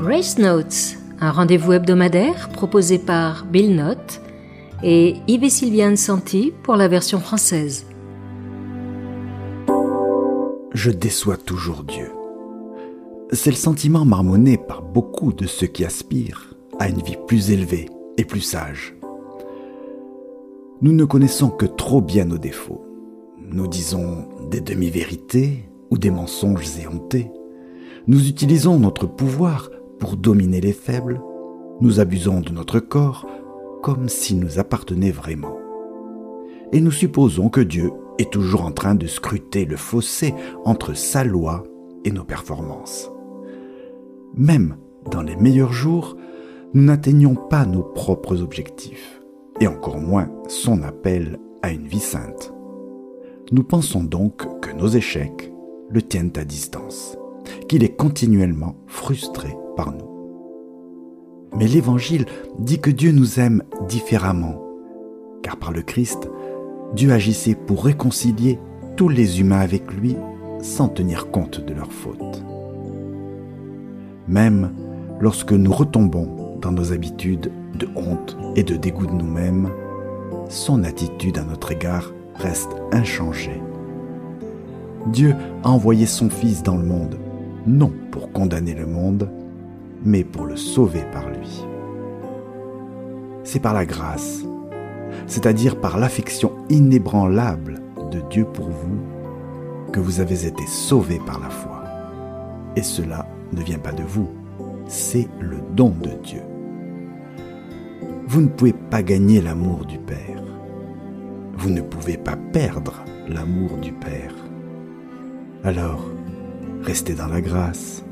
Grace Notes, un rendez-vous hebdomadaire proposé par Bill Knott et Yves et Sylviane Santi pour la version française. Je déçois toujours Dieu. C'est le sentiment marmonné par beaucoup de ceux qui aspirent à une vie plus élevée et plus sage. Nous ne connaissons que trop bien nos défauts. Nous disons des demi-vérités ou des mensonges éhontés. Nous utilisons notre pouvoir pour dominer les faibles. Nous abusons de notre corps comme s'il nous appartenait vraiment. Et nous supposons que Dieu est toujours en train de scruter le fossé entre sa loi et nos performances. Même dans les meilleurs jours, nous n'atteignons pas nos propres objectifs, et encore moins son appel à une vie sainte. Nous pensons donc que nos échecs le tiennent à distance, qu'il est continuellement frustré par nous. Mais l'Évangile dit que Dieu nous aime différemment, car par le Christ, Dieu agissait pour réconcilier tous les humains avec lui sans tenir compte de leurs fautes. Même lorsque nous retombons dans nos habitudes de honte et de dégoût de nous-mêmes, son attitude à notre égard reste inchangée. Dieu a envoyé son Fils dans le monde, non pour condamner le monde, mais pour le sauver par lui. C'est par la grâce, c'est-à-dire par l'affection inébranlable de Dieu pour vous, que vous avez été sauvés par la foi. Et cela ne vient pas de vous, c'est le don de Dieu. Vous ne pouvez pas gagner l'amour du Père. Vous ne pouvez pas perdre l'amour du Père. Alors, restez dans la grâce.